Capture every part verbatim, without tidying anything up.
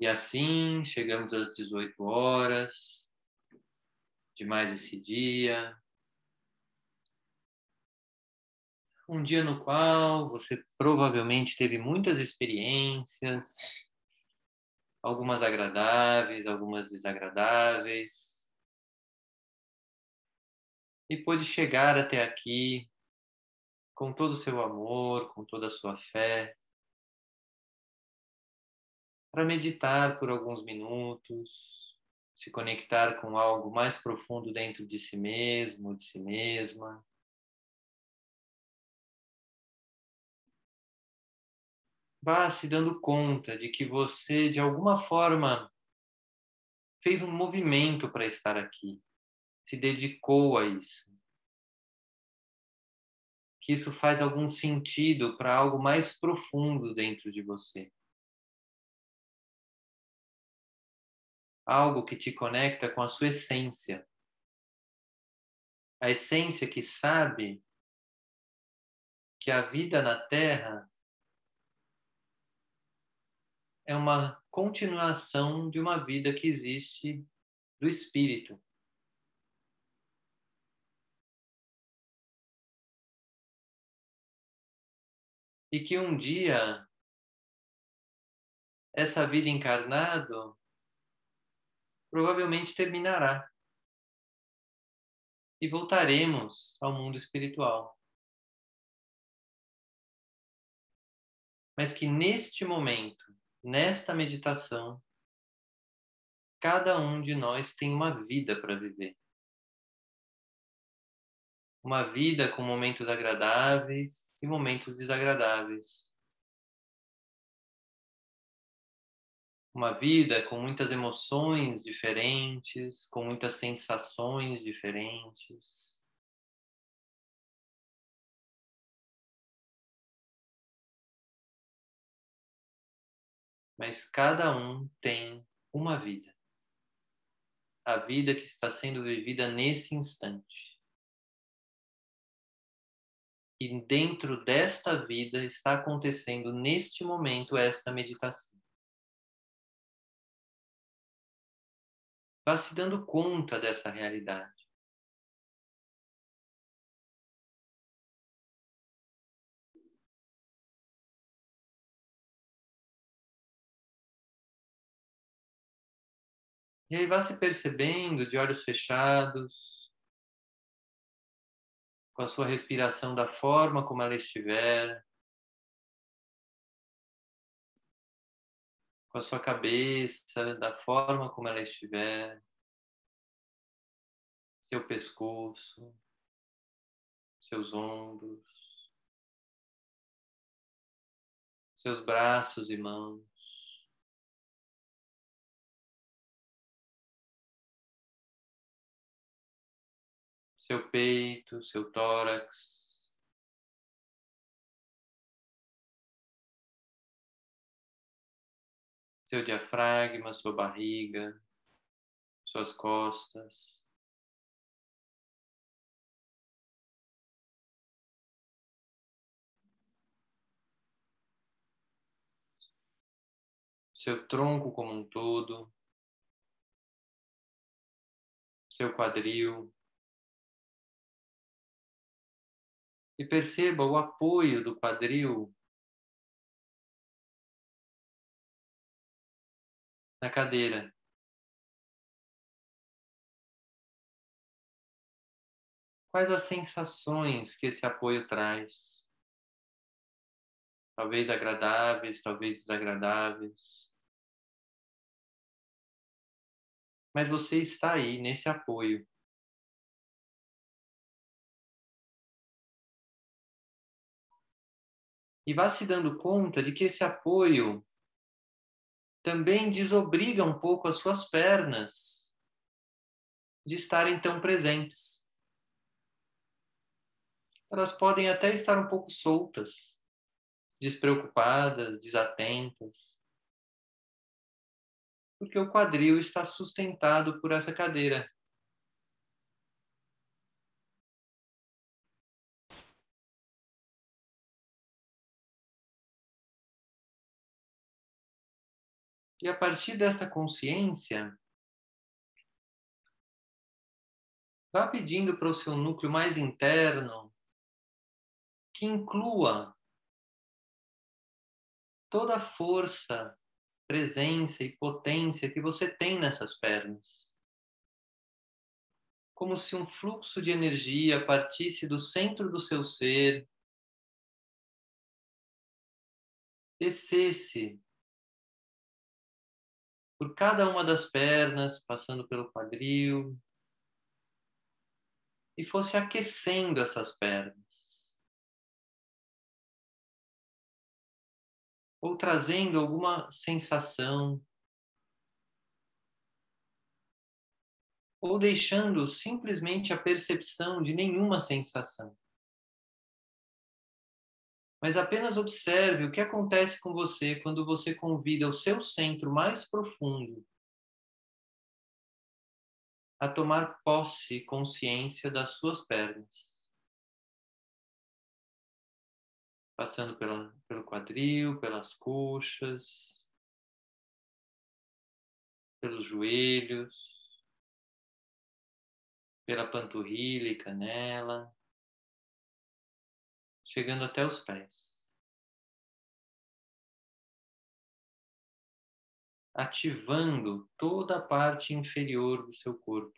E assim chegamos às dezoito horas de mais esse dia. Um dia no qual você provavelmente teve muitas experiências, algumas agradáveis, algumas desagradáveis, e pôde chegar até aqui com todo o seu amor, com toda a sua fé, para meditar por alguns minutos, se conectar com algo mais profundo dentro de si mesmo, de si mesma. Vá se dando conta de que você, de alguma forma, fez um movimento para estar aqui, se dedicou a isso. Que isso faz algum sentido para algo mais profundo dentro de você. Algo que te conecta com a sua essência. A essência que sabe que a vida na Terra é uma continuação de uma vida que existe do espírito. E que um dia essa vida encarnado provavelmente terminará e voltaremos ao mundo espiritual. Mas que neste momento, nesta meditação, cada um de nós tem uma vida para viver. Uma vida com momentos agradáveis e momentos desagradáveis. Uma vida com muitas emoções diferentes, com muitas sensações diferentes. Mas cada um tem uma vida. A vida que está sendo vivida nesse instante. E dentro desta vida está acontecendo neste momento esta meditação. Vá se dando conta dessa realidade. E aí vá se percebendo de olhos fechados, com a sua respiração da forma como ela estiver, com a sua cabeça da forma como ela estiver, seu pescoço, seus ombros, seus braços e mãos. Seu peito, seu tórax, seu diafragma, sua barriga, suas costas. Seu tronco como um todo, seu quadril. E perceba o apoio do quadril na cadeira. Quais as sensações que esse apoio traz? Talvez agradáveis, talvez desagradáveis. Mas você está aí nesse apoio. E vá se dando conta de que esse apoio também desobriga um pouco as suas pernas de estarem tão presentes. Elas podem até estar um pouco soltas, despreocupadas, desatentas, porque o quadril está sustentado por essa cadeira. E a partir dessa consciência, vá pedindo para o seu núcleo mais interno que inclua toda a força, presença e potência que você tem nessas pernas. Como se um fluxo de energia partisse do centro do seu ser, descesse por cada uma das pernas, passando pelo quadril, e fosse aquecendo essas pernas. Ou trazendo alguma sensação, ou deixando simplesmente a percepção de nenhuma sensação. Mas apenas observe o que acontece com você quando você convida o seu centro mais profundo a tomar posse e consciência das suas pernas. Passando pela, pelo quadril, pelas coxas, pelos joelhos, pela panturrilha e canela, chegando até os pés. Ativando toda a parte inferior do seu corpo.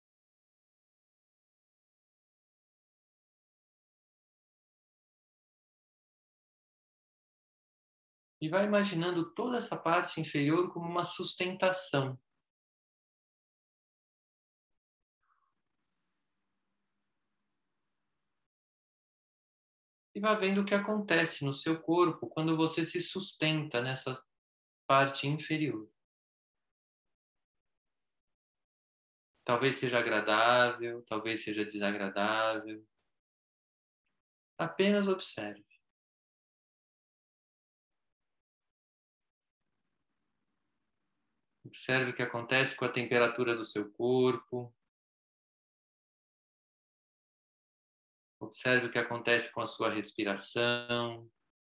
E vai imaginando toda essa parte inferior como uma sustentação. E vai vendo o que acontece no seu corpo quando você se sustenta nessa parte inferior. Talvez seja agradável, talvez seja desagradável. Apenas observe. Observe o que acontece com a temperatura do seu corpo. Observe o que acontece com a sua respiração.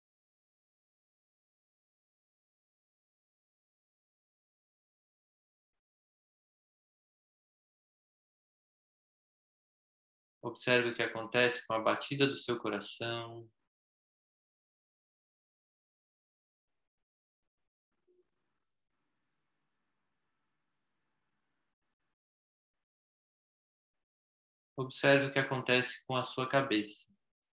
Observe o que acontece com a batida do seu coração. Observe o que acontece com a sua cabeça.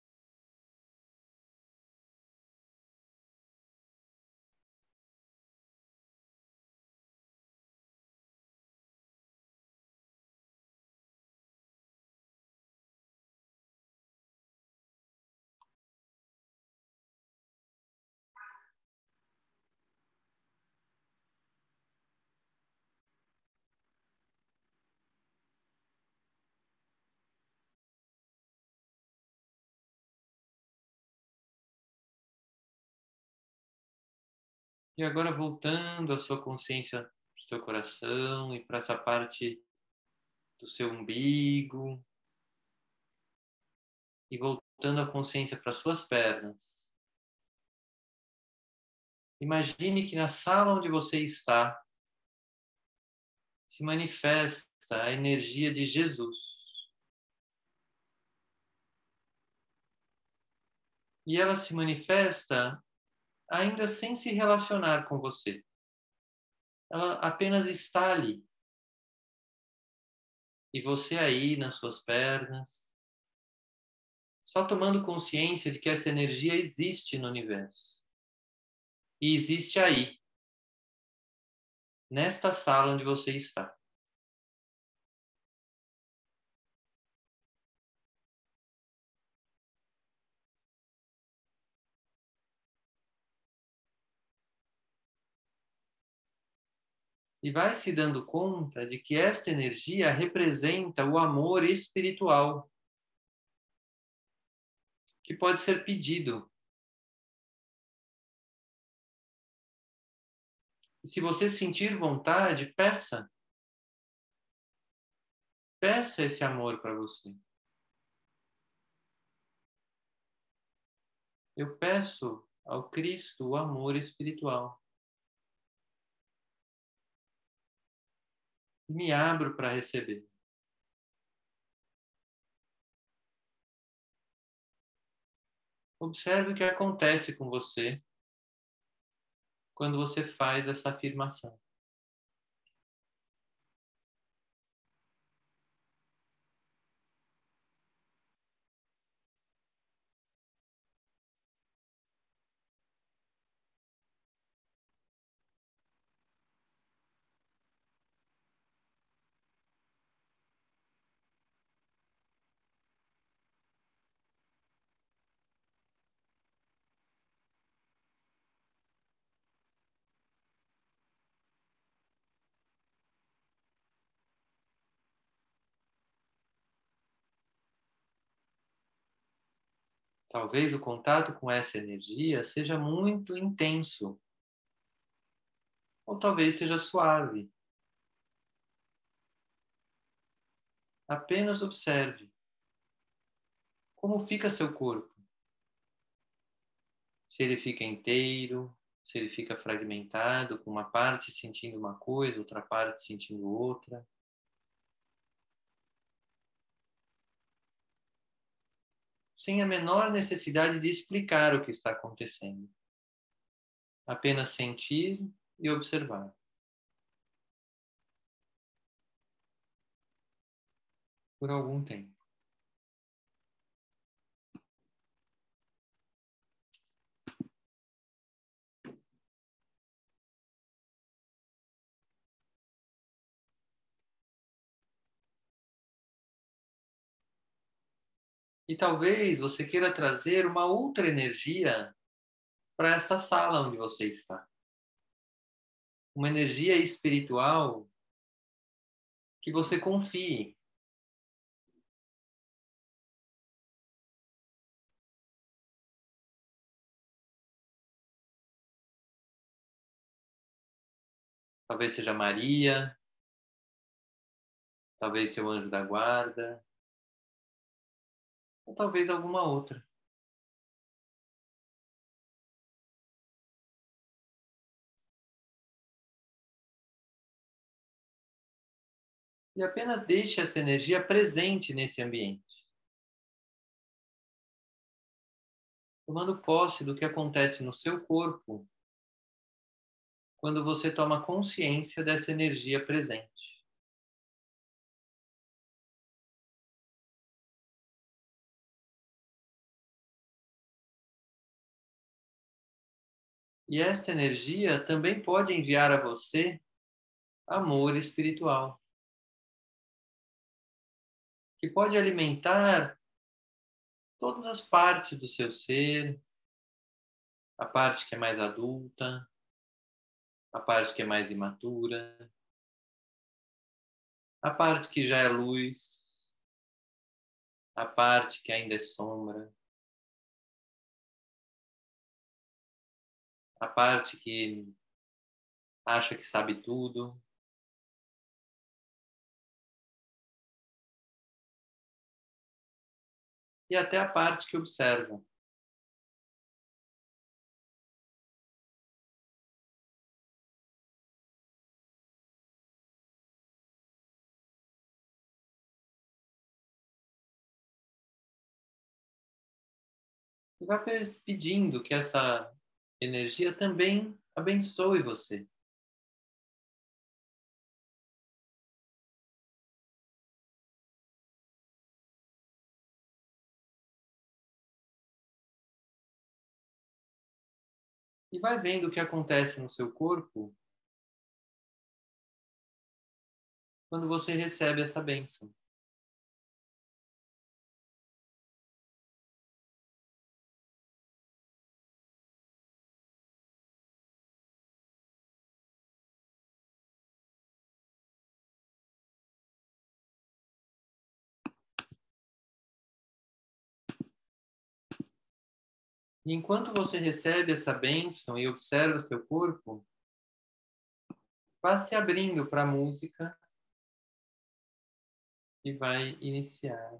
E agora voltando a sua consciência para o seu coração e para essa parte do seu umbigo. E voltando a consciência para suas pernas. Imagine que na sala onde você está se manifesta a energia de Jesus. E ela se manifesta ainda sem se relacionar com você. Ela apenas está ali. E você aí nas suas pernas, só tomando consciência de que essa energia existe no universo. E existe aí, nesta sala onde você está. E vai se dando conta de que esta energia representa o amor espiritual, que pode ser pedido. E se você sentir vontade, peça. Peça esse amor para você. Eu peço ao Cristo o amor espiritual. e me abro para receber. Observe o que acontece com você quando você faz essa afirmação. Talvez o contato com essa energia seja muito intenso, ou talvez seja suave. Apenas observe como fica seu corpo. Se ele fica inteiro, se ele fica fragmentado, com uma parte sentindo uma coisa, outra parte sentindo outra. Sem a menor necessidade de explicar o que está acontecendo. Apenas sentir e observar. Por algum tempo. E talvez você queira trazer uma outra energia para essa sala onde você está. Uma energia espiritual que você confie. Talvez seja Maria, talvez seu anjo da guarda, ou talvez alguma outra. E apenas deixe essa energia presente nesse ambiente, tomando posse do que acontece no seu corpo quando você toma consciência dessa energia presente. E esta energia também pode enviar a você amor espiritual, que pode alimentar todas as partes do seu ser, a parte que é mais adulta, a parte que é mais imatura, a parte que já é luz, a parte que ainda é sombra, a parte que acha que sabe tudo, e até a parte que observa. E vai pedindo que essa energia também abençoe você. E vai vendo o que acontece no seu corpo quando você recebe essa bênção. E enquanto você recebe essa bênção e observa seu corpo, vá se abrindo para a música que vai iniciar.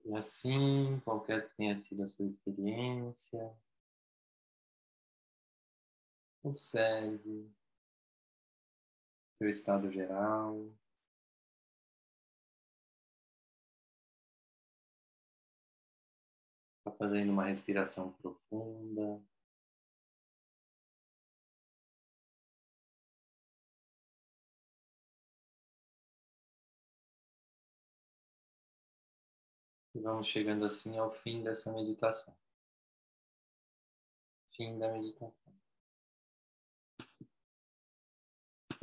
E assim, qualquer que tenha sido a sua experiência, observe seu estado geral. Está fazendo uma respiração profunda. E vamos chegando assim ao fim dessa meditação. Fim da meditação.